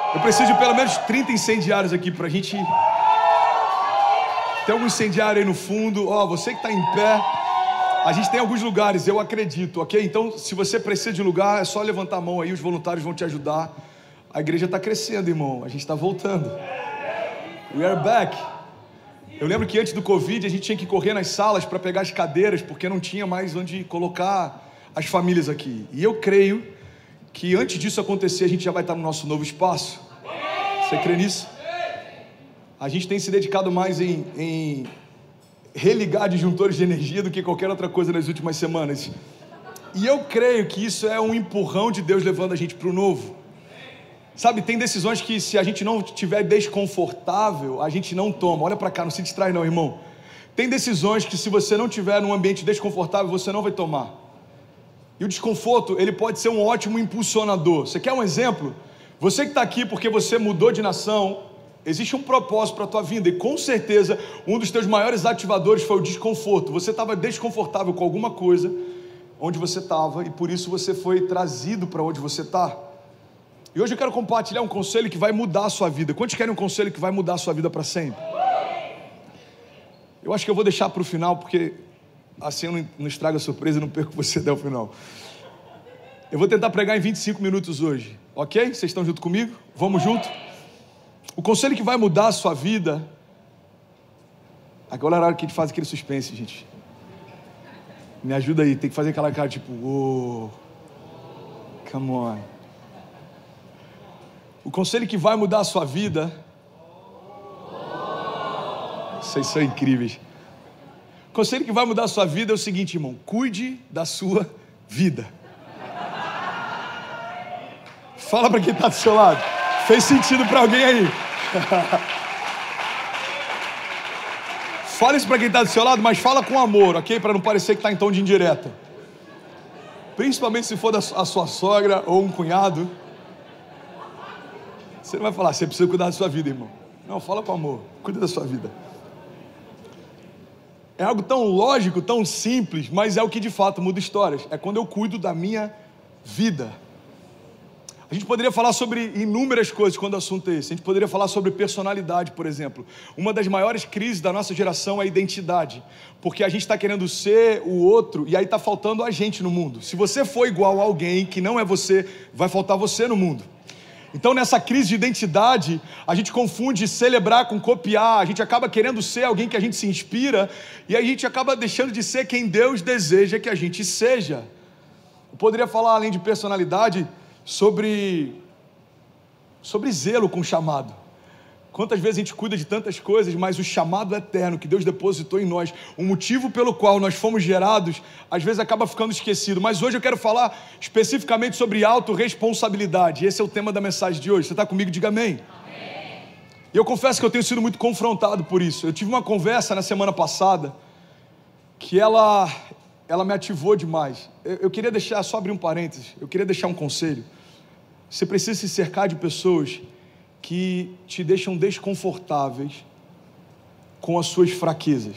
Eu preciso de pelo menos 30 incendiários aqui pra gente... Tem algum incendiário aí no fundo. Ó, você que está em pé. A gente tem alguns lugares, eu acredito, ok? Então, se você precisa de lugar, é só levantar a mão aí, os voluntários vão te ajudar. A igreja está crescendo, irmão. A gente está voltando. We are back. Eu lembro que antes do Covid, a gente tinha que correr nas salas para pegar as cadeiras, porque não tinha mais onde colocar as famílias aqui. E eu creio que antes disso acontecer, a gente já vai estar no nosso novo espaço. Você crê nisso? A gente tem se dedicado mais em religar disjuntores de energia do que qualquer outra coisa nas últimas semanas. E eu creio que isso é um empurrão de Deus levando a gente para o novo. Sabe, tem decisões que se a gente não estiver desconfortável, a gente não toma. Olha para cá, não se distrai não, irmão. Tem decisões que se você não estiver num ambiente desconfortável, você não vai tomar. E o desconforto, ele pode ser um ótimo impulsionador. Você quer um exemplo? Você que está aqui porque você mudou de nação, existe um propósito para a tua vida. E com certeza, um dos teus maiores ativadores foi o desconforto. Você estava desconfortável com alguma coisa onde você estava e por isso você foi trazido para onde você está. E hoje eu quero compartilhar um conselho que vai mudar a sua vida. Quantos querem um conselho que vai mudar a sua vida para sempre? Eu acho que eu vou deixar para o final, porque assim eu não estrago a surpresa e não perco você até o final. Eu vou tentar pregar em 25 minutos hoje, ok? Vocês estão junto comigo? Vamos junto? O conselho que vai mudar a sua vida... Agora é a hora que a gente faz aquele suspense, gente. Me ajuda aí, tem que fazer aquela cara tipo... Oh, come on. O conselho que vai mudar a sua vida... Vocês são incríveis. O conselho que vai mudar a sua vida é o seguinte, irmão. Cuide da sua vida. Fala para quem está do seu lado. Fez sentido para alguém aí? Fala isso para quem está do seu lado, mas fala com amor, ok? Para não parecer que está em tom de indireta. Principalmente se for a sua sogra ou um cunhado. Você não vai falar, você precisa cuidar da sua vida, irmão. Não, fala com amor, cuida da sua vida. É algo tão lógico, tão simples, mas é o que de fato muda histórias. É quando eu cuido da minha vida. A gente poderia falar sobre inúmeras coisas quando o assunto é esse. A gente poderia falar sobre personalidade, por exemplo. Uma das maiores crises da nossa geração é a identidade. Porque a gente está querendo ser o outro e aí está faltando a gente no mundo. Se você for igual a alguém que não é você, vai faltar você no mundo. Então nessa crise de identidade, a gente confunde celebrar com copiar. A gente acaba querendo ser alguém que a gente se inspira e a gente acaba deixando de ser quem Deus deseja que a gente seja. Eu poderia falar, além de personalidade, sobre zelo com o chamado. Quantas vezes a gente cuida de tantas coisas, mas o chamado eterno que Deus depositou em nós, o motivo pelo qual nós fomos gerados, às vezes acaba ficando esquecido. Mas hoje eu quero falar especificamente sobre autorresponsabilidade. Esse é o tema da mensagem de hoje. Você está comigo? Diga amém. Amém. E eu confesso que eu tenho sido muito confrontado por isso. Eu tive uma conversa na semana passada que ela me ativou demais. Eu queria deixar, só abrir um parênteses, eu queria deixar um conselho. Você precisa se cercar de pessoas que te deixam desconfortáveis com as suas fraquezas.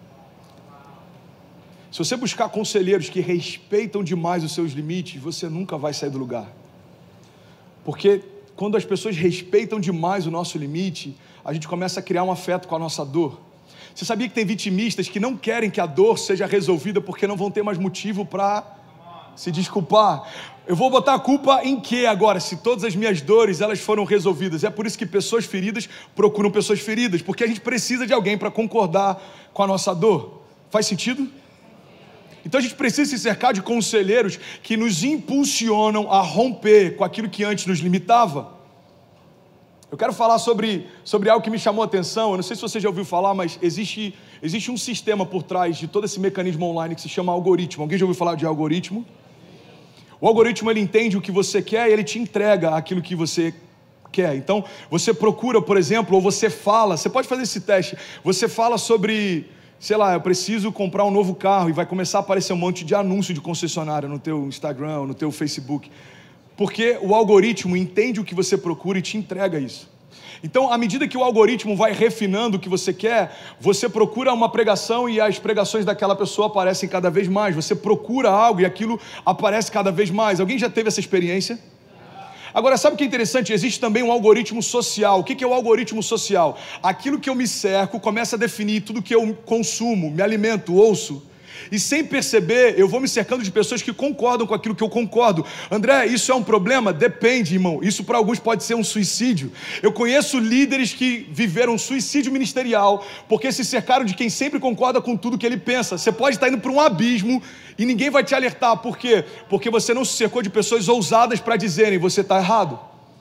Se você buscar conselheiros que respeitam demais os seus limites, você nunca vai sair do lugar. Porque quando as pessoas respeitam demais o nosso limite, a gente começa a criar um afeto com a nossa dor. Você sabia que tem vitimistas que não querem que a dor seja resolvida porque não vão ter mais motivo para se desculpar? Eu vou botar a culpa em quê agora, se todas as minhas dores elas foram resolvidas? É por isso que pessoas feridas procuram pessoas feridas, porque a gente precisa de alguém para concordar com a nossa dor. Faz sentido? Então a gente precisa se cercar de conselheiros que nos impulsionam a romper com aquilo que antes nos limitava. Eu quero falar sobre algo que me chamou a atenção. Eu não sei se você já ouviu falar, mas existe um sistema por trás de todo esse mecanismo online que se chama algoritmo. Alguém já ouviu falar de algoritmo? O algoritmo, ele entende o que você quer e ele te entrega aquilo que você quer. Então, você procura, por exemplo, ou você fala, você pode fazer esse teste, você fala sobre, sei lá, eu preciso comprar um novo carro e vai começar a aparecer um monte de anúncio de concessionária no teu Instagram, no teu Facebook. Porque o algoritmo entende o que você procura e te entrega isso. Então, à medida que o algoritmo vai refinando o que você quer, você procura uma pregação e as pregações daquela pessoa aparecem cada vez mais. Você procura algo e aquilo aparece cada vez mais. Alguém já teve essa experiência? Agora, sabe o que é interessante? Existe também um algoritmo social. O que é o algoritmo social? Aquilo que eu me cerco começa a definir tudo que eu consumo, me alimento, ouço. E sem perceber, eu vou me cercando de pessoas que concordam com aquilo que eu concordo. André, isso é um problema? Depende, irmão. Isso para alguns pode ser um suicídio. Eu conheço líderes que viveram um suicídio ministerial porque se cercaram de quem sempre concorda com tudo que ele pensa. Você pode estar indo para um abismo e ninguém vai te alertar. Por quê? Porque você não se cercou de pessoas ousadas para dizerem: você está errado.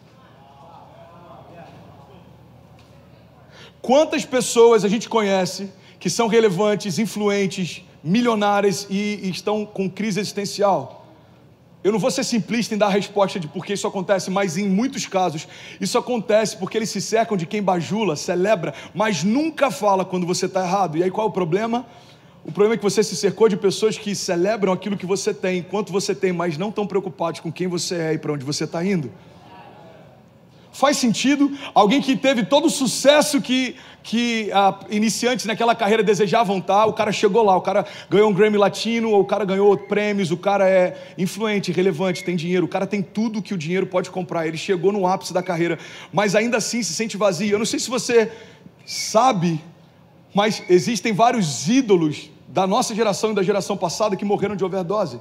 Quantas pessoas a gente conhece que são relevantes, influentes, milionárias e estão com crise existencial? Eu não vou ser simplista em dar a resposta de por que isso acontece, mas em muitos casos isso acontece porque eles se cercam de quem bajula, celebra, mas nunca fala quando você está errado. E aí qual é o problema? O problema é que você se cercou de pessoas que celebram aquilo que você tem, quanto você tem, mas não estão preocupados com quem você é e para onde você está indo. Faz sentido? Alguém que teve todo o sucesso que iniciantes naquela carreira desejavam estar, o cara chegou lá, o cara ganhou um Grammy Latino, ou o cara ganhou prêmios, o cara é influente, relevante, tem dinheiro, o cara tem tudo que o dinheiro pode comprar, ele chegou no ápice da carreira, mas ainda assim se sente vazio. Eu não sei se você sabe, mas existem vários ídolos da nossa geração e da geração passada que morreram de overdose.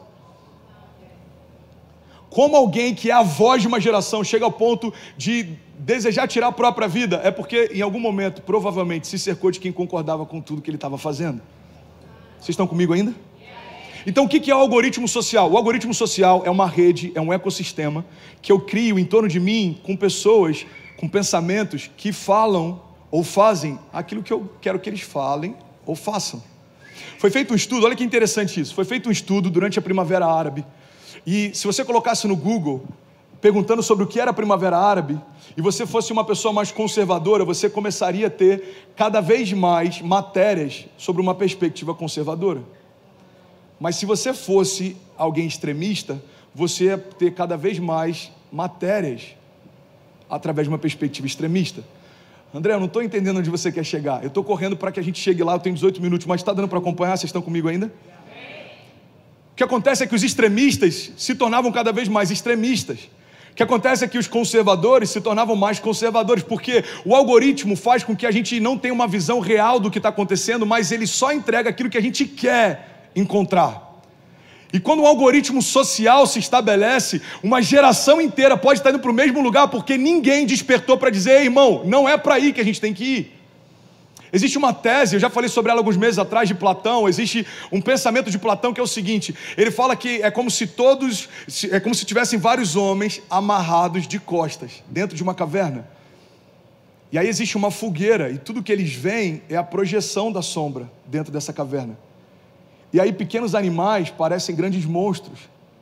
Como alguém que é a voz de uma geração chega ao ponto de desejar tirar a própria vida? É porque em algum momento, provavelmente, se cercou de quem concordava com tudo que ele estava fazendo. Vocês estão comigo ainda? Então o que é o algoritmo social? O algoritmo social é uma rede, é um ecossistema que eu crio em torno de mim com pessoas, com pensamentos que falam ou fazem aquilo que eu quero que eles falem ou façam. Foi feito um estudo, olha que interessante isso, foi feito um estudo durante a Primavera Árabe. E se você colocasse no Google, perguntando sobre o que era a Primavera Árabe, e você fosse uma pessoa mais conservadora, você começaria a ter cada vez mais matérias sobre uma perspectiva conservadora. Mas se você fosse alguém extremista, você ia ter cada vez mais matérias através de uma perspectiva extremista. André, eu não estou entendendo onde você quer chegar. Eu estou correndo para que a gente chegue lá, eu tenho 18 minutos, mas está dando para acompanhar? Vocês estão comigo ainda? O que acontece é que os extremistas se tornavam cada vez mais extremistas. O que acontece é que os conservadores se tornavam mais conservadores, porque o algoritmo faz com que a gente não tenha uma visão real do que está acontecendo, mas ele só entrega aquilo que a gente quer encontrar. E quando um algoritmo social se estabelece, uma geração inteira pode estar indo para o mesmo lugar, porque ninguém despertou para dizer: ei, irmão, não é para aí que a gente tem que ir. Existe uma tese, eu já falei sobre ela alguns meses atrás, de Platão. Existe um pensamento de Platão que é o seguinte: ele fala que é como se tivessem vários homens amarrados de costas dentro de uma caverna. E aí existe uma fogueira e tudo que eles veem é a projeção da sombra dentro dessa caverna. E aí pequenos animais parecem grandes monstros.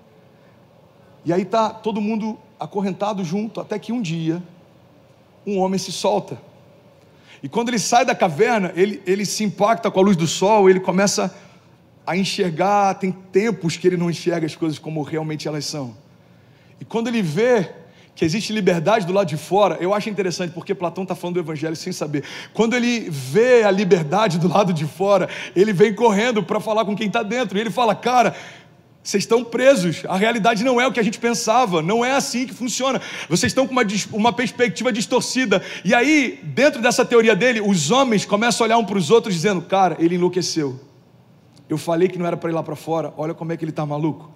E aí está todo mundo acorrentado junto, até que um dia um homem se solta. E quando ele sai da caverna, ele se impacta com a luz do sol, ele começa a enxergar, tem tempos que ele não enxerga as coisas como realmente elas são. E quando ele vê que existe liberdade do lado de fora, eu acho interessante, porque Platão está falando do evangelho sem saber. Quando ele vê a liberdade do lado de fora, ele vem correndo para falar com quem está dentro, e ele fala: cara, vocês estão presos, a realidade não é o que a gente pensava, não é assim que funciona, vocês estão com uma perspectiva distorcida. E aí, dentro dessa teoria dele, os homens começam a olhar um para os outros dizendo: cara, ele enlouqueceu, eu falei que não era para ir lá para fora, olha como é que ele está maluco.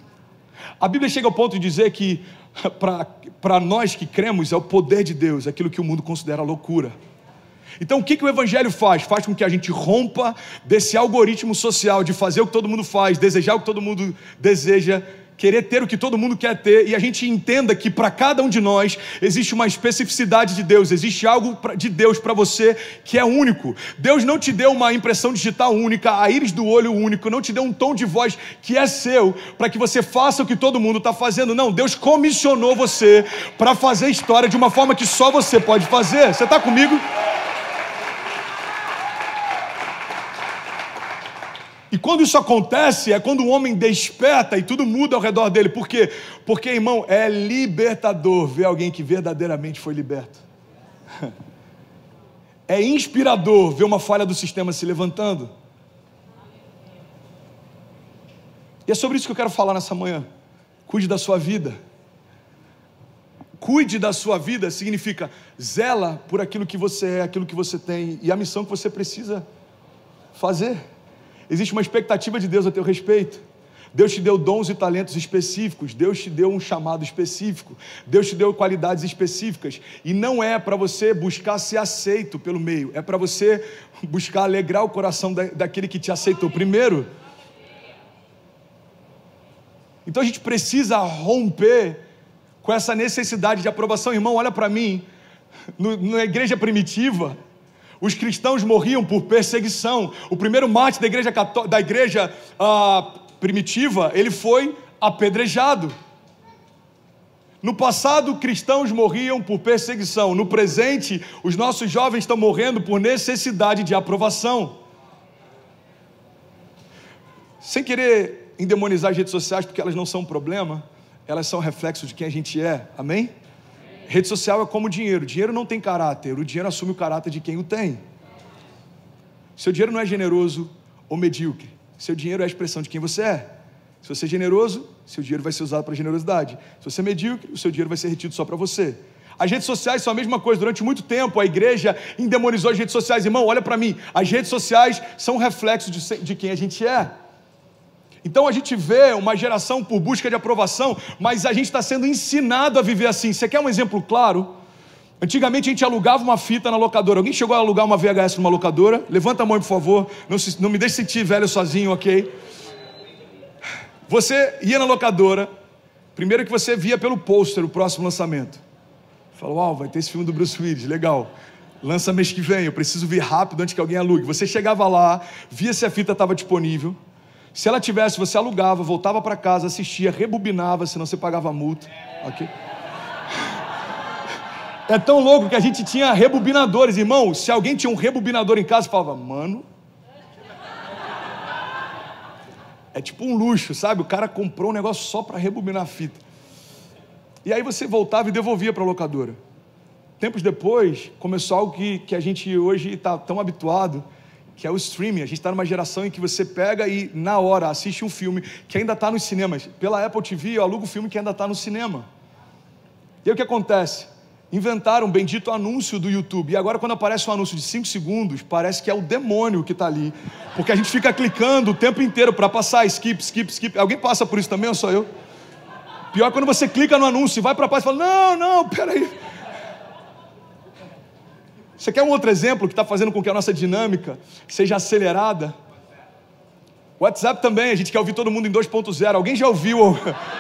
A Bíblia chega ao ponto de dizer que para nós que cremos é o poder de Deus, aquilo que o mundo considera loucura. Então o que o Evangelho faz? Faz com que a gente rompa desse algoritmo social de fazer o que todo mundo faz, desejar o que todo mundo deseja, querer ter o que todo mundo quer ter, e a gente entenda que para cada um de nós existe uma especificidade de Deus, existe algo de Deus para você que é único. Deus não te deu uma impressão digital única, a íris do olho único, não te deu um tom de voz que é seu, para que você faça o que todo mundo está fazendo. Não, Deus comissionou você para fazer história de uma forma que só você pode fazer. Você está comigo? E quando isso acontece, é quando o homem desperta e tudo muda ao redor dele. Por quê? Porque, irmão, é libertador ver alguém que verdadeiramente foi liberto. É inspirador ver uma falha do sistema se levantando. E é sobre isso que eu quero falar nessa manhã. Cuide da sua vida. Cuide da sua vida significa zela por aquilo que você é, aquilo que você tem e a missão que você precisa fazer. Existe uma expectativa de Deus a teu respeito. Deus te deu dons e talentos específicos, Deus te deu um chamado específico, Deus te deu qualidades específicas, e não é para você buscar ser aceito pelo meio, é para você buscar alegrar o coração daquele que te aceitou primeiro. Então a gente precisa romper com essa necessidade de aprovação. Irmão, olha para mim, na igreja primitiva, os cristãos morriam por perseguição. O primeiro mártir da igreja primitiva, ele foi apedrejado. No passado, cristãos morriam por perseguição. No presente, os nossos jovens estão morrendo por necessidade de aprovação. Sem querer endemonizar as redes sociais, porque elas não são um problema, elas são reflexo de quem a gente é, amém? Rede social é como dinheiro. Dinheiro não tem caráter, o dinheiro assume o caráter de quem o tem. Seu dinheiro não é generoso ou medíocre. Seu dinheiro é a expressão de quem você é. Se você é generoso, seu dinheiro vai ser usado para generosidade. Se você é medíocre, o seu dinheiro vai ser retido só para você. As redes sociais são a mesma coisa. Durante muito tempo a igreja endemonizou as redes sociais. Irmão, olha para mim, as redes sociais são um reflexo de quem a gente é. Então a gente vê uma geração por busca de aprovação, mas a gente está sendo ensinado a viver assim. Você quer um exemplo claro? Antigamente a gente alugava uma fita na locadora. Alguém chegou a alugar uma VHS numa locadora? Levanta a mão, por favor. Não me deixe sentir velho sozinho, ok? Você ia na locadora, primeiro que você via pelo pôster o próximo lançamento. Falou, uau, vai ter esse filme do Bruce Willis, legal. Lança mês que vem, eu preciso vir rápido antes que alguém alugue. Você chegava lá, via se a fita estava disponível. Se ela tivesse, você alugava, voltava para casa, assistia, rebobinava, senão você pagava multa, ok? É tão louco que a gente tinha rebobinadores, irmão. Se alguém tinha um rebobinador em casa, falava, mano, é tipo um luxo, sabe? O cara comprou um negócio só para rebobinar a fita. E aí você voltava e devolvia para a locadora. Tempos depois, começou algo que a gente hoje está tão habituado, que é o streaming. A gente está numa geração em que você pega e na hora assiste um filme que ainda está nos cinemas. Pela Apple TV eu alugo o filme que ainda está no cinema. E aí o que acontece? Inventaram um bendito anúncio do YouTube. E agora quando aparece um anúncio de 5 segundos, parece que é o demônio que está ali. Porque a gente fica clicando o tempo inteiro para passar skip, skip, skip. Alguém passa por isso também ou só eu? Pior quando você clica no anúncio e vai para a página e fala, não, peraí. Você quer um outro exemplo que está fazendo com que a nossa dinâmica seja acelerada? O WhatsApp também, a gente quer ouvir todo mundo em 2.0. Alguém já ouviu?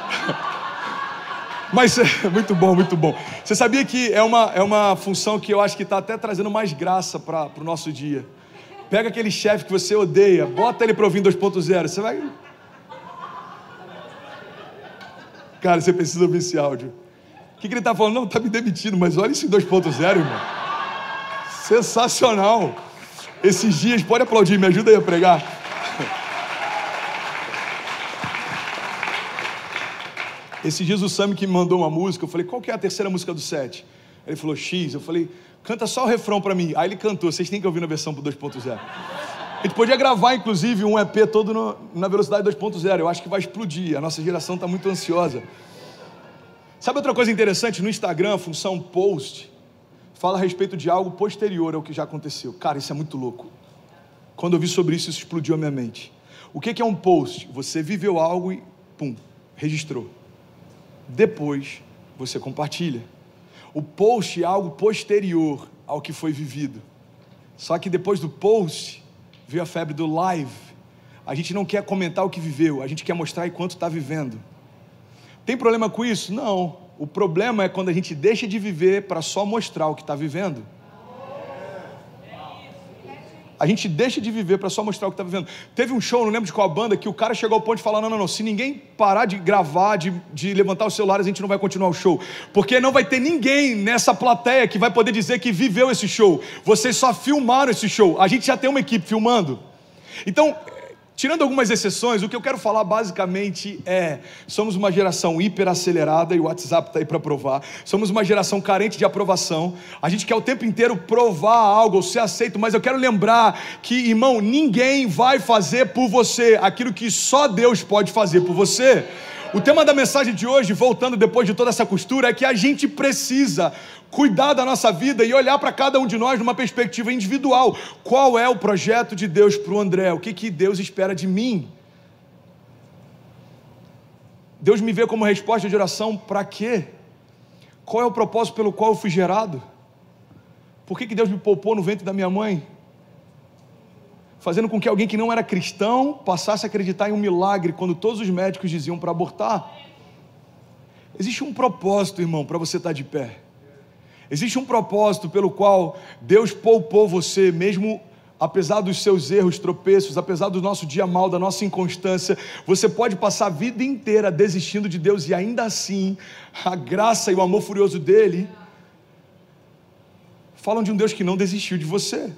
Mas, muito bom, muito bom. Você sabia que é uma função que eu acho que está até trazendo mais graça para o nosso dia. Pega aquele chefe que você odeia, bota ele para ouvir em 2.0. Você vai... Cara, você precisa ouvir esse áudio. O que ele está falando? Não, está me demitindo, mas olha isso em 2.0, irmão. Sensacional. Esses dias, pode aplaudir, me ajuda aí a pregar. Esses dias o Sam que me mandou uma música, eu falei, qual que é a terceira música do set? Ele falou, X, eu falei, canta só o refrão pra mim. Aí ele cantou, vocês têm que ouvir na versão pro 2.0. A gente podia gravar, inclusive, um EP todo na velocidade 2.0, eu acho que vai explodir, a nossa geração está muito ansiosa. Sabe outra coisa interessante? No Instagram, a função post fala a respeito de algo posterior ao que já aconteceu. Cara, isso é muito louco. Quando eu vi sobre isso, isso explodiu a minha mente. O que é um post? Você viveu algo e, pum, registrou. Depois, você compartilha. O post é algo posterior ao que foi vivido. Só que depois do post, veio a febre do live. A gente não quer comentar o que viveu, a gente quer mostrar enquanto está vivendo. Tem problema com isso? Não. O problema é quando a gente deixa de viver para só mostrar o que está vivendo. A gente deixa de viver para só mostrar o que está vivendo. Teve um show, não lembro de qual banda, que o cara chegou ao ponto de falar, não, se ninguém parar de gravar, de levantar os celulares, a gente não vai continuar o show. Porque não vai ter ninguém nessa plateia que vai poder dizer que viveu esse show. Vocês só filmaram esse show. A gente já tem uma equipe filmando. Então, tirando algumas exceções, o que eu quero falar basicamente é, somos uma geração hiperacelerada, e o WhatsApp está aí para provar, somos uma geração carente de aprovação, a gente quer o tempo inteiro provar algo, ou ser aceito, mas eu quero lembrar que, irmão, ninguém vai fazer por você aquilo que só Deus pode fazer por você. O tema da mensagem de hoje, voltando depois de toda essa costura, é que a gente precisa cuidar da nossa vida e olhar para cada um de nós numa perspectiva individual. Qual é o projeto de Deus para o André? O que Deus espera de mim? Deus me vê como resposta de oração para quê? Qual é o propósito pelo qual eu fui gerado? Por que Deus me poupou no ventre da minha mãe? Fazendo com que alguém que não era cristão passasse a acreditar em um milagre quando todos os médicos diziam para abortar. Existe um propósito, irmão, para você estar de pé. Existe um propósito pelo qual Deus poupou você, mesmo apesar dos seus erros, tropeços, apesar do nosso dia mal, da nossa inconstância. Você pode passar a vida inteira desistindo de Deus e ainda assim, a graça e o amor furioso dele falam de um Deus que não desistiu de você.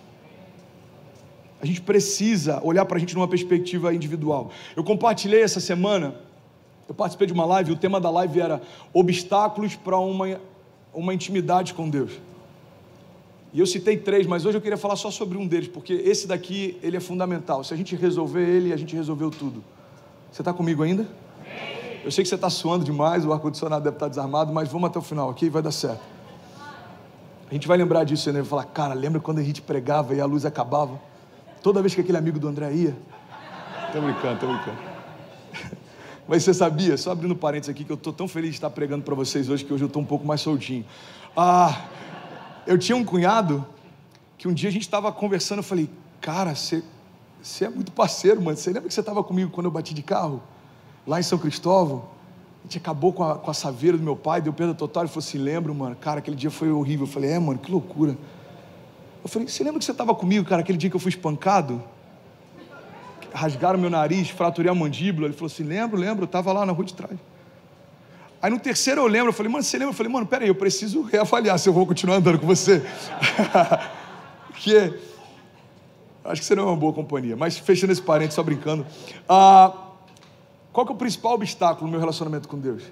A gente precisa olhar para a gente numa perspectiva individual. Eu compartilhei essa semana, eu participei de uma live, o tema da live era obstáculos para uma intimidade com Deus. E eu citei 3, mas hoje eu queria falar só sobre um deles, porque esse daqui, ele é fundamental. Se a gente resolver ele, a gente resolveu tudo. Você está comigo ainda? Eu sei que você está suando demais, o ar-condicionado deve estar desarmado, mas vamos até o final, ok? Vai dar certo. A gente vai lembrar disso, né? Vai falar, cara, lembra quando a gente pregava e a luz acabava? Toda vez que aquele amigo do André ia? Tô brincando. Mas você sabia, só abrindo parênteses aqui, que eu estou tão feliz de estar pregando para vocês hoje, que hoje eu estou um pouco mais soltinho. Eu tinha um cunhado, que um dia a gente estava conversando, eu falei, cara, você é muito parceiro, mano. Você lembra que você estava comigo quando eu bati de carro? Lá em São Cristóvão? A gente acabou com a saveira do meu pai, deu perda total. Ele falou assim, lembro, mano, cara, aquele dia foi horrível. Eu falei, mano, que loucura. Eu falei, você lembra que você estava comigo, cara, aquele dia que eu fui espancado? Rasgaram meu nariz, fraturei a mandíbula. Ele falou assim, lembro, eu estava lá na rua de trás. Aí no terceiro eu lembro, eu falei, mano, você lembra? Eu falei, mano, peraí, eu preciso reavaliar se eu vou continuar andando com você. Porque acho que você não é uma boa companhia. Mas fechando esse parênteses, só brincando. Qual que é o principal obstáculo no meu relacionamento com Deus?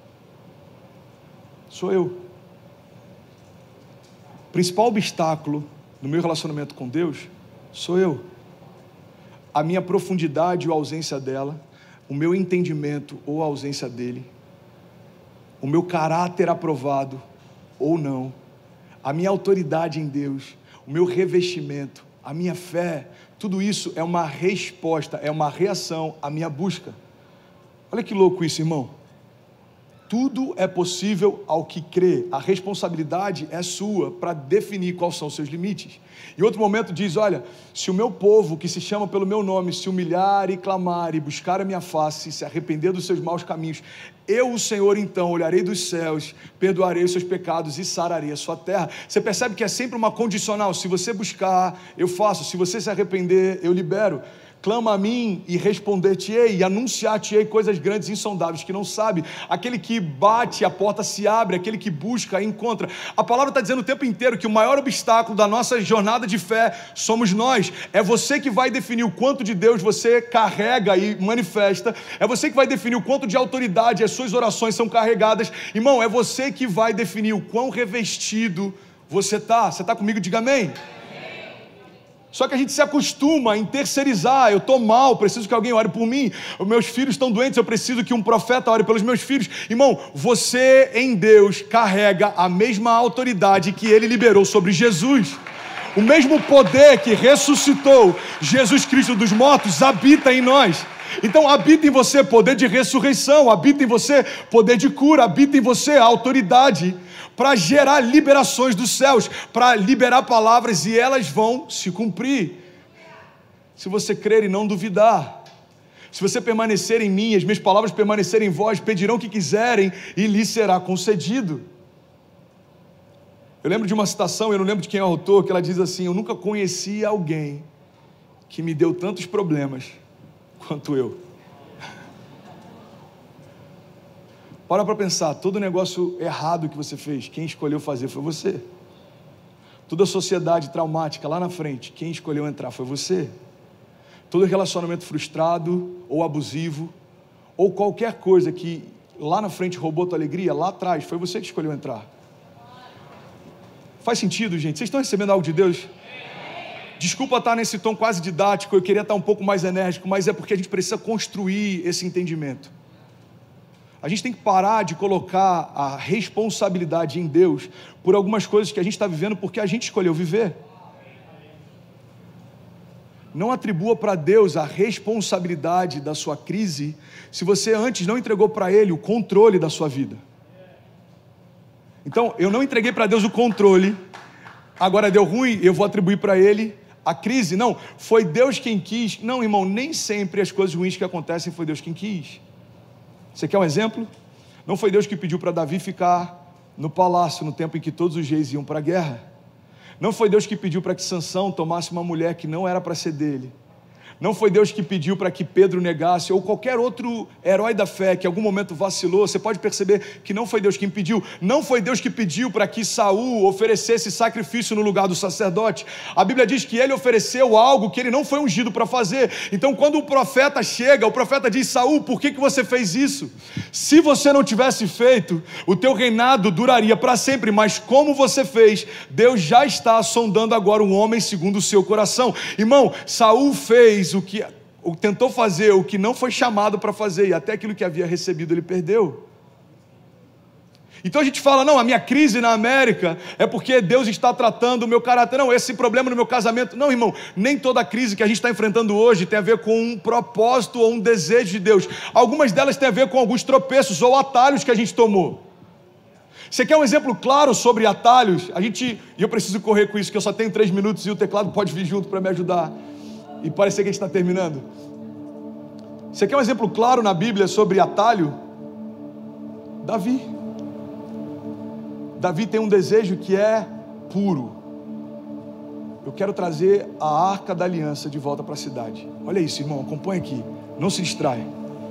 Sou eu. O principal obstáculo no meu relacionamento com Deus sou eu. A minha profundidade ou a ausência dela, o meu entendimento ou a ausência dele, o meu caráter aprovado ou não, a minha autoridade em Deus, o meu revestimento, a minha fé, tudo isso é uma resposta, é uma reação à minha busca. Olha que louco isso, irmão. Tudo é possível ao que crê. A responsabilidade é sua para definir quais são os seus limites. Em outro momento diz, olha, se o meu povo que se chama pelo meu nome se humilhar e clamar e buscar a minha face, se arrepender dos seus maus caminhos, eu, o Senhor, então, olharei dos céus, perdoarei os seus pecados e sararei a sua terra. Você percebe que é sempre uma condicional. Se você buscar, eu faço. Se você se arrepender, eu libero. Clama a mim e responder-te-ei, e anunciar-te-ei coisas grandes e insondáveis que não sabe. Aquele que bate, a porta se abre, aquele que busca, encontra. A palavra está dizendo o tempo inteiro que o maior obstáculo da nossa jornada de fé somos nós. É você que vai definir o quanto de Deus você carrega e manifesta. É você que vai definir o quanto de autoridade as suas orações são carregadas. Irmão, é você que vai definir o quão revestido você está. Você está comigo? Diga amém. Só que a gente se acostuma em terceirizar. Eu estou mal, preciso que alguém ore por mim. Os meus filhos estão doentes, eu preciso que um profeta ore pelos meus filhos. Irmão, você em Deus carrega a mesma autoridade que Ele liberou sobre Jesus. O mesmo poder que ressuscitou Jesus Cristo dos mortos habita em nós. Então habita em você poder de ressurreição, habita em você poder de cura, habita em você a autoridade para gerar liberações dos céus, para liberar palavras e elas vão se cumprir. Se você crer e não duvidar, se você permanecer em mim, as minhas palavras permanecerem em vós, pedirão o que quiserem e lhes será concedido. Eu lembro de uma citação, eu não lembro de quem é o autor, que ela diz assim, eu nunca conheci alguém que me deu tantos problemas quanto eu. Para pensar, todo negócio errado que você fez, quem escolheu fazer foi você. Toda sociedade traumática lá na frente, quem escolheu entrar foi você. Todo relacionamento frustrado ou abusivo, ou qualquer coisa que lá na frente roubou tua alegria, lá atrás, foi você que escolheu entrar. Faz sentido, gente? Vocês estão recebendo algo de Deus? Desculpa estar nesse tom quase didático, eu queria estar um pouco mais enérgico, mas é porque a gente precisa construir esse entendimento. A gente tem que parar de colocar a responsabilidade em Deus por algumas coisas que a gente está vivendo porque a gente escolheu viver. Não atribua para Deus a responsabilidade da sua crise se você antes não entregou para Ele o controle da sua vida. Então, eu não entreguei para Deus o controle, agora deu ruim, eu vou atribuir para Ele a crise. Não, foi Deus quem quis. Não, irmão, nem sempre as coisas ruins que acontecem foi Deus quem quis. Você quer um exemplo? Não foi Deus que pediu para Davi ficar no palácio no tempo em que todos os reis iam para a guerra. Não foi Deus que pediu para que Sansão tomasse uma mulher que não era para ser dele. Não foi Deus que pediu para que Pedro negasse, ou qualquer outro herói da fé que em algum momento vacilou. Você pode perceber que não foi Deus quem pediu. Não foi Deus que pediu para que Saul oferecesse sacrifício no lugar do sacerdote. A Bíblia diz que ele ofereceu algo que ele não foi ungido para fazer. Então quando o profeta chega, o profeta diz: Saul, por que você fez isso? Se você não tivesse feito, o teu reinado duraria para sempre, mas como você fez, Deus já está sondando agora um homem segundo o seu coração. Irmão, Saul fez tentou fazer o que não foi chamado para fazer, e até aquilo que havia recebido ele perdeu. Então a gente fala: não, a minha crise na América é porque Deus está tratando o meu caráter. Não, esse problema no meu casamento. Não, irmão, nem toda crise que a gente está enfrentando hoje tem a ver com um propósito ou um desejo de Deus. Algumas delas têm a ver com alguns tropeços ou atalhos que a gente tomou. Você quer um exemplo claro sobre atalhos? E eu preciso correr com isso, que eu só tenho 3 minutos e o teclado pode vir junto para me ajudar e parecer que a gente está terminando. Você quer um exemplo claro na Bíblia sobre atalho? Davi tem um desejo que é puro. Eu quero trazer a Arca da Aliança de volta para a cidade. Olha isso, irmão, acompanha aqui, não se distraia.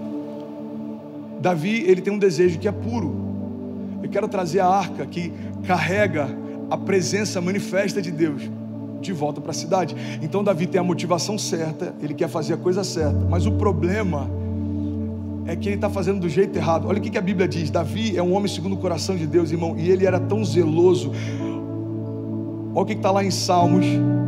Davi, ele tem um desejo que é puro. Eu quero trazer a arca que carrega a presença manifesta de Deus de volta para a cidade. Então Davi tem a motivação certa, ele quer fazer a coisa certa, mas o problema é que ele está fazendo do jeito errado. Olha o que a Bíblia diz: Davi é um homem segundo o coração de Deus, irmão, e ele era tão zeloso. Olha o que está lá em Salmos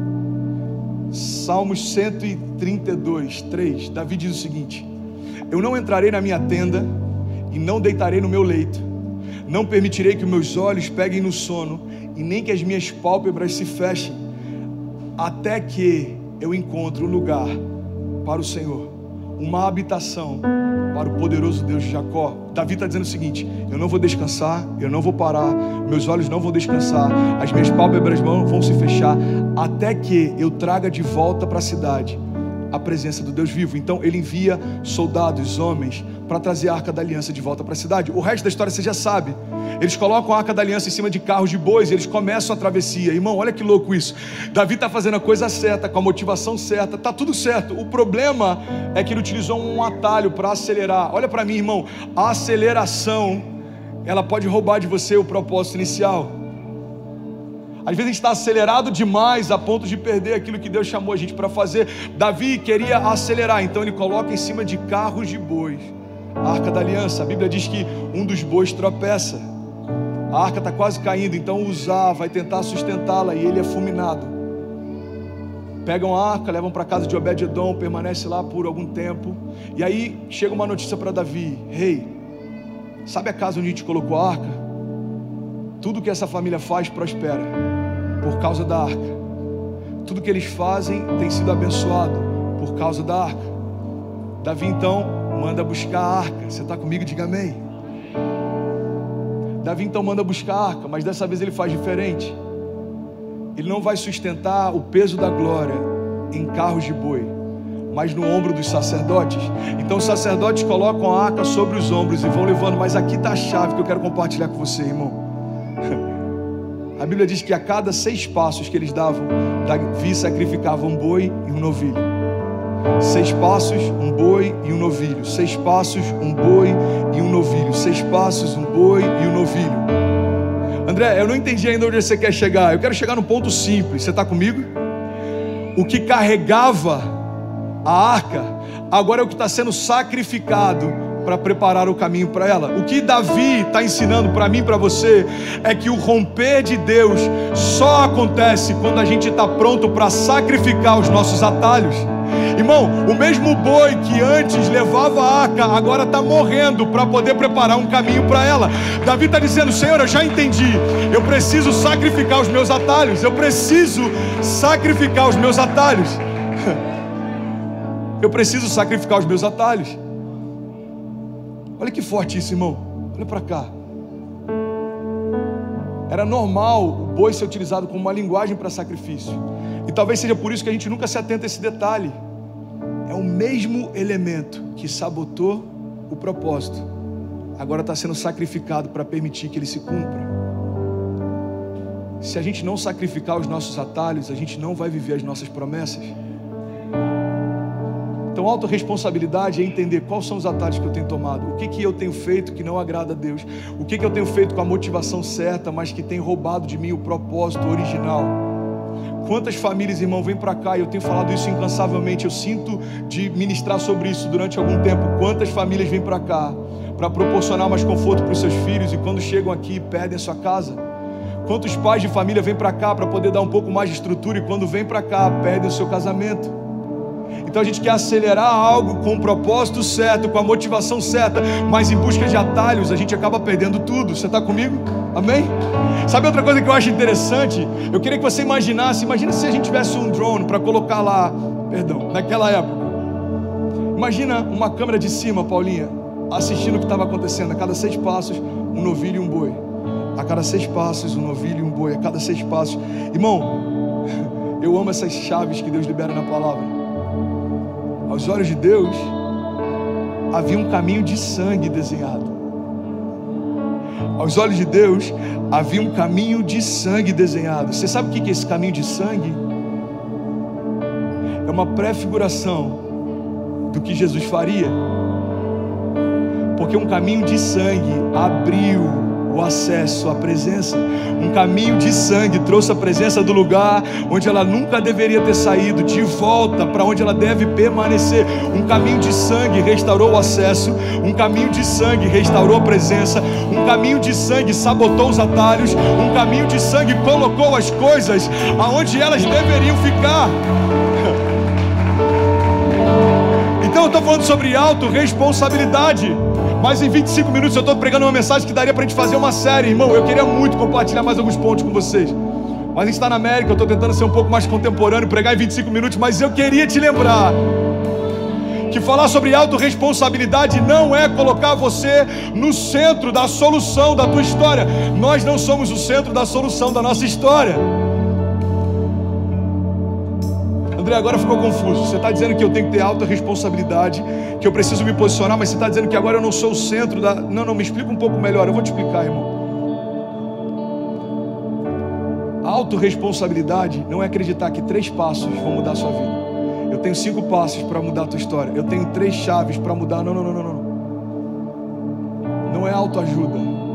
132, 3. Davi diz o seguinte: eu não entrarei na minha tenda e não deitarei no meu leito, não permitirei que os meus olhos peguem no sono, e nem que as minhas pálpebras se fechem, até que eu encontre um lugar para o Senhor, uma habitação para o poderoso Deus de Jacó. Davi está dizendo o seguinte: eu não vou descansar, eu não vou parar, meus olhos não vão descansar, as minhas pálpebras vão se fechar, até que eu traga de volta para a cidade a presença do Deus vivo. Então ele envia soldados, homens, para trazer a Arca da Aliança de volta para a cidade. O resto da história você já sabe. Eles colocam a Arca da Aliança em cima de carros de bois e eles começam a travessia. Irmão, olha que louco isso. Davi está fazendo a coisa certa, com a motivação certa, está tudo certo. O problema é que ele utilizou um atalho para acelerar. Olha para mim, irmão, a aceleração, ela pode roubar de você o propósito inicial. Às vezes a gente está acelerado demais a ponto de perder aquilo que Deus chamou a gente para fazer. Davi queria acelerar, então ele coloca em cima de carros de bois a Arca da Aliança. A Bíblia diz que um dos bois tropeça, a arca está quase caindo, então Uzá vai tentar sustentá-la e ele é fulminado. Pegam a arca, levam para a casa de Obed-edom, permanece lá por algum tempo, e aí chega uma notícia para Davi: rei, sabe a casa onde a gente colocou a arca? Tudo que essa família faz prospera por causa da arca. Tudo que eles fazem tem sido abençoado por causa da arca. Davi então manda buscar a arca. Você está comigo? Diga amém. Davi então manda buscar a arca, mas dessa vez ele faz diferente. Ele não vai sustentar o peso da glória em carros de boi, mas no ombro dos sacerdotes. Então os sacerdotes colocam a arca sobre os ombros e vão levando. Mas aqui está a chave que eu quero compartilhar com você, irmão. A Bíblia diz que a cada 6 passos que eles davam, Davi sacrificava um boi e um novilho. 6 passos, um boi e um novilho. 6 passos, um boi e um novilho. 6 passos, um boi e um novilho. André, eu não entendi ainda onde você quer chegar. Eu quero chegar num ponto simples. Você está comigo? O que carregava a arca agora é o que está sendo sacrificado para preparar o caminho para ela. O que Davi está ensinando para mim e para você é que o romper de Deus só acontece quando a gente está pronto para sacrificar os nossos atalhos. Irmão, o mesmo boi que antes levava a arca, agora está morrendo para poder preparar um caminho para ela. Davi está dizendo: Senhor, eu já entendi, eu preciso sacrificar os meus atalhos, eu preciso sacrificar os meus atalhos. Eu preciso sacrificar os meus atalhos. Olha que forte isso, irmão. Olha para cá. Era normal o boi ser utilizado como uma linguagem para sacrifício. E talvez seja por isso que a gente nunca se atenta a esse detalhe. É o mesmo elemento que sabotou o propósito, agora está sendo sacrificado para permitir que ele se cumpra. Se a gente não sacrificar os nossos atalhos, a gente não vai viver as nossas promessas. Então, autorresponsabilidade é entender quais são os atalhos que eu tenho tomado, o que eu tenho feito que não agrada a Deus, o que eu tenho feito com a motivação certa, mas que tem roubado de mim o propósito original. Quantas famílias, irmão, vêm para cá, e eu tenho falado isso incansavelmente, eu sinto de ministrar sobre isso durante algum tempo. Quantas famílias vêm para cá para proporcionar mais conforto para os seus filhos, e quando chegam aqui perdem a sua casa? Quantos pais de família vêm para cá para poder dar um pouco mais de estrutura, e quando vêm para cá perdem o seu casamento? Então a gente quer acelerar algo com o propósito certo, com a motivação certa, mas em busca de atalhos a gente acaba perdendo tudo. Você está comigo? Amém? Sabe outra coisa que eu acho interessante? Eu queria que você imagina se a gente tivesse um drone para colocar lá, naquela época. Imagina uma câmera de cima, Paulinha, assistindo o que estava acontecendo. A cada 6 passos, um novilho e um boi. A cada 6 passos, um novilho e um boi. A cada 6 passos. Irmão, eu amo essas chaves que Deus libera na palavra. Aos olhos de Deus, havia um caminho de sangue desenhado. Aos olhos de Deus, havia um caminho de sangue desenhado. Você sabe o que é esse caminho de sangue? É uma prefiguração do que Jesus faria. Porque um caminho de sangue abriu o acesso à presença. Um caminho de sangue trouxe a presença do lugar onde ela nunca deveria ter saído, de volta para onde ela deve permanecer. Um caminho de sangue restaurou o acesso. Um caminho de sangue restaurou a presença. Um caminho de sangue sabotou os atalhos. Um caminho de sangue colocou as coisas aonde elas deveriam ficar. Então eu estou falando sobre autorresponsabilidade. Mas em 25 minutos eu estou pregando uma mensagem que daria para a gente fazer uma série, irmão. Eu queria muito compartilhar mais alguns pontos com vocês, mas a gente está na América, eu estou tentando ser um pouco mais contemporâneo, pregar em 25 minutos, mas eu queria te lembrar que falar sobre autorresponsabilidade não é colocar você no centro da solução da tua história. Nós não somos o centro da solução da nossa história. André, agora ficou confuso. Você está dizendo que eu tenho que ter autorresponsabilidade, que eu preciso me posicionar, mas você está dizendo que agora eu não sou o centro da... Não, me explica um pouco melhor. Eu vou te explicar, irmão. A autorresponsabilidade não é acreditar que 3 passos vão mudar a sua vida. Eu tenho 5 passos para mudar a tua história. Eu tenho 3 chaves para mudar. Não. Não é autoajuda.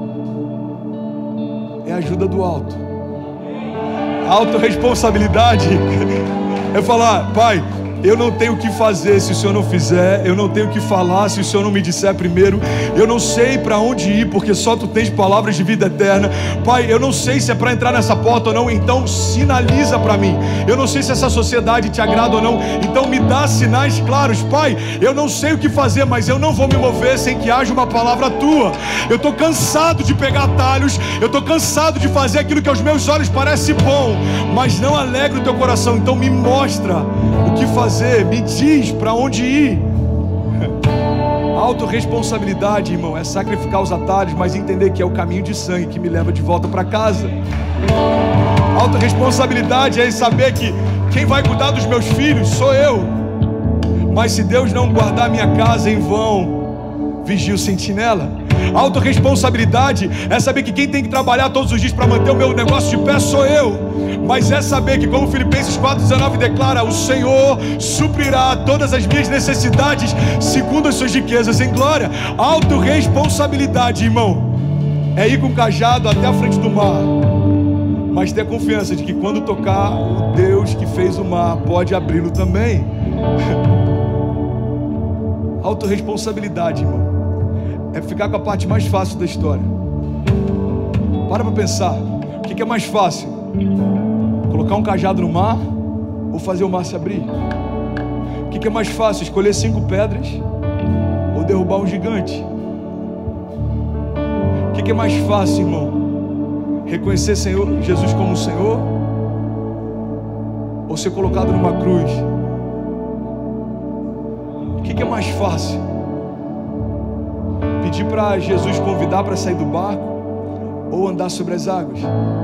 É ajuda do alto. A autorresponsabilidade é falar: Pai, eu não tenho o que fazer se o Senhor não fizer. Eu não tenho o que falar se o Senhor não me disser primeiro. Eu não sei para onde ir, porque só Tu tens palavras de vida eterna. Pai, eu não sei se é para entrar nessa porta ou não, então sinaliza para mim. Eu não sei se essa sociedade te agrada ou não, então me dá sinais claros. Pai, eu não sei o que fazer, mas eu não vou me mover sem que haja uma palavra Tua. Eu estou cansado de pegar atalhos. Eu estou cansado de fazer aquilo que aos meus olhos parece bom, mas não alegra o Teu coração. Então me mostra o que fazer. Me diz para onde ir. Autorresponsabilidade, irmão, é sacrificar os atalhos, mas entender que é o caminho de sangue que me leva de volta para casa. Autorresponsabilidade é saber que quem vai cuidar dos meus filhos sou eu. Mas se Deus não guardar minha casa, em vão vigia o sentinela. Autorresponsabilidade é saber que quem tem que trabalhar todos os dias para manter o meu negócio de pé sou eu. Mas é saber que, como Filipenses 4,19 declara, o Senhor suprirá todas as minhas necessidades segundo as suas riquezas em glória. Autorresponsabilidade, irmão, é ir com o cajado até a frente do mar, mas ter a confiança de que quando tocar, o Deus que fez o mar pode abri-lo também. Autorresponsabilidade, irmão, é ficar com a parte mais fácil da história. Para pensar, o que é mais fácil? Colocar um cajado no mar ou fazer o mar se abrir? O O que é mais fácil, escolher 5 pedras ou derrubar um gigante? O que é mais fácil, irmão? Reconhecer Jesus como o Senhor ou ser colocado numa cruz? O que é mais fácil? Pedir para Jesus convidar para sair do barco ou andar sobre as águas?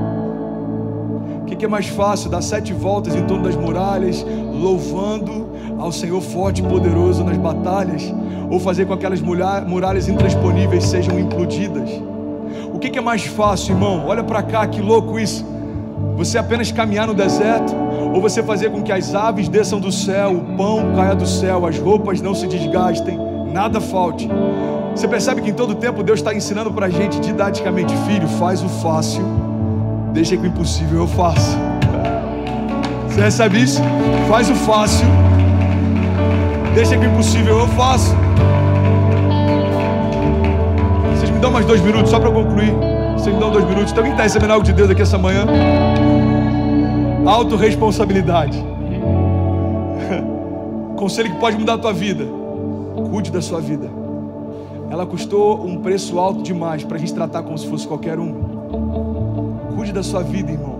O que é mais fácil? Dar 7 voltas em torno das muralhas, louvando ao Senhor forte e poderoso nas batalhas, ou fazer com que aquelas muralhas intransponíveis sejam implodidas? O que é mais fácil, irmão? Olha para cá, que louco isso. Você apenas caminhar no deserto, ou você fazer com que as aves desçam do céu, o pão caia do céu, as roupas não se desgastem, nada falte? Você percebe que em todo tempo Deus está ensinando para a gente didaticamente: filho, faz o fácil, deixa que o impossível eu faço. Você recebe isso? Faz o fácil, deixa que o impossível eu faço. Vocês me dão mais 2 minutos só para concluir? Vocês me dão 2 minutos? Então quem está recebendo algo de Deus aqui essa manhã? Autorresponsabilidade. Conselho que pode mudar a tua vida: cuide da sua vida. Ela custou um preço alto demais para a gente tratar como se fosse qualquer um. Cuide da sua vida, irmão.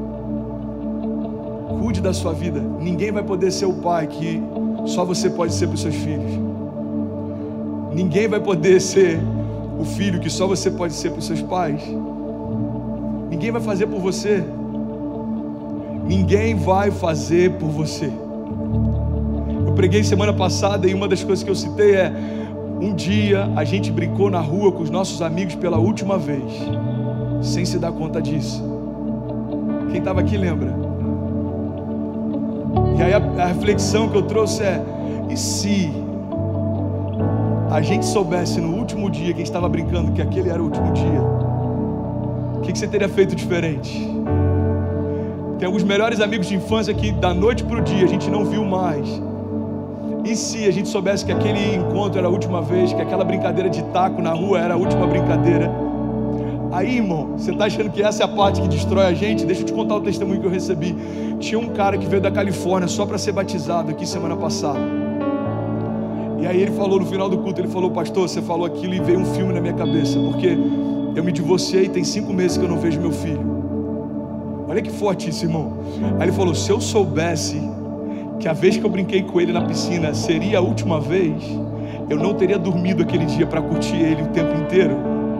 Cuide da sua vida. Ninguém vai poder ser o pai que só você pode ser para os seus filhos. Ninguém vai poder ser o filho que só você pode ser para os seus pais. Ninguém vai fazer por você. Ninguém vai fazer por você. Eu preguei semana passada e uma das coisas que eu citei é: um dia a gente brincou na rua com os nossos amigos pela última vez, sem se dar conta disso. Quem estava aqui lembra? E aí a reflexão que eu trouxe é: e se a gente soubesse no último dia que a gente estava brincando que aquele era o último dia, o que você teria feito diferente? Tem alguns melhores amigos de infância que da noite para o dia a gente não viu mais. E se a gente soubesse que aquele encontro era a última vez, que aquela brincadeira de taco na rua era a última brincadeira? Aí, irmão, você está achando que essa é a parte que destrói a gente? Deixa eu te contar o testemunho que eu recebi. Tinha um cara que veio da Califórnia só para ser batizado aqui semana passada. E aí ele falou no final do culto, ele falou: pastor, você falou aquilo e veio um filme na minha cabeça, porque eu me divorciei e tem 5 meses que eu não vejo meu filho. Olha que forte isso, irmão. Aí ele falou: se eu soubesse que a vez que eu brinquei com ele na piscina seria a última vez, eu não teria dormido aquele dia para curtir ele o tempo inteiro.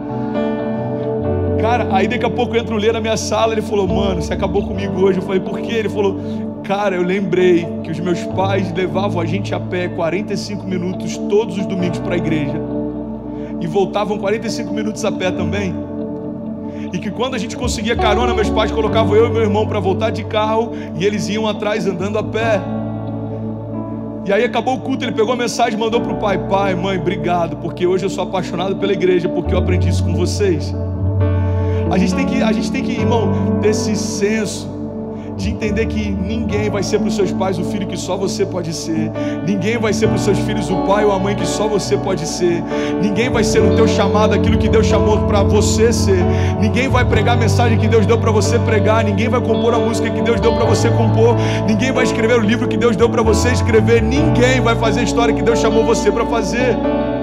Cara, aí daqui a pouco entra o Lê na minha sala, ele falou: mano, você acabou comigo hoje. Eu falei: por quê? Ele falou: cara, eu lembrei que os meus pais levavam a gente a pé 45 minutos todos os domingos para a igreja, e voltavam 45 minutos a pé também, e que quando a gente conseguia carona, meus pais colocavam eu e meu irmão para voltar de carro, e eles iam atrás andando a pé. E aí acabou o culto, ele pegou a mensagem e mandou para o pai: pai, mãe, obrigado, porque hoje eu sou apaixonado pela igreja, porque eu aprendi isso com vocês. A gente tem que, irmão, ter esse senso de entender que ninguém vai ser para os seus pais o filho que só você pode ser. Ninguém vai ser para os seus filhos o pai ou a mãe que só você pode ser. Ninguém vai ser no teu chamado aquilo que Deus chamou para você ser. Ninguém vai pregar a mensagem que Deus deu para você pregar. Ninguém vai compor a música que Deus deu para você compor. Ninguém vai escrever o livro que Deus deu para você escrever. Ninguém vai fazer a história que Deus chamou você para fazer.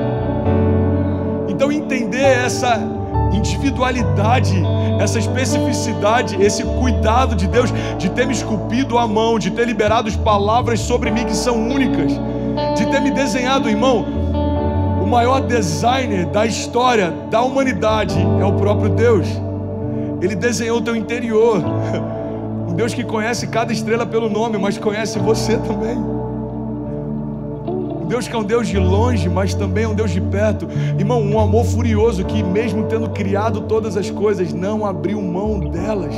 Então entender essa individualidade, essa especificidade, esse cuidado de Deus de ter me esculpido a mão, de ter liberado as palavras sobre mim que são únicas, de ter me desenhado, irmão. O maior designer da história da humanidade é o próprio Deus. Ele desenhou o teu interior. Um Deus que conhece cada estrela pelo nome, mas conhece você também. Deus que é um Deus de longe, mas também é um Deus de perto. Irmão, um amor furioso que mesmo tendo criado todas as coisas, não abriu mão delas.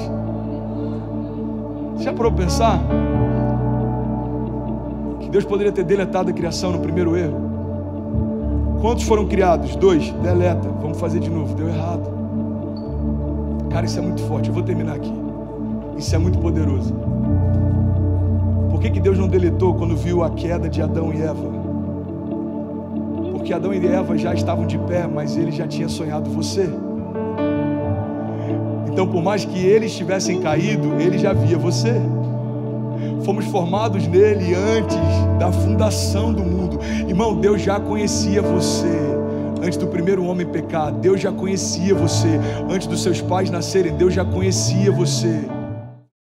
Já parou para pensar? Que Deus poderia ter deletado a criação no primeiro erro. Quantos foram criados? 2, deleta, vamos fazer de novo, deu errado. Cara, isso é muito forte, eu vou terminar aqui. Isso é muito poderoso. Por que Deus não deletou quando viu a queda de Adão e Eva? Porque Adão e Eva já estavam de pé, mas ele já tinha sonhado você. Então, por mais que eles tivessem caído, ele já via você. fomos formados nele antes da fundação do mundo. Irmão, Deus já conhecia você antes do primeiro homem pecar. Deus já conhecia você antes dos seus pais nascerem. Deus já conhecia você.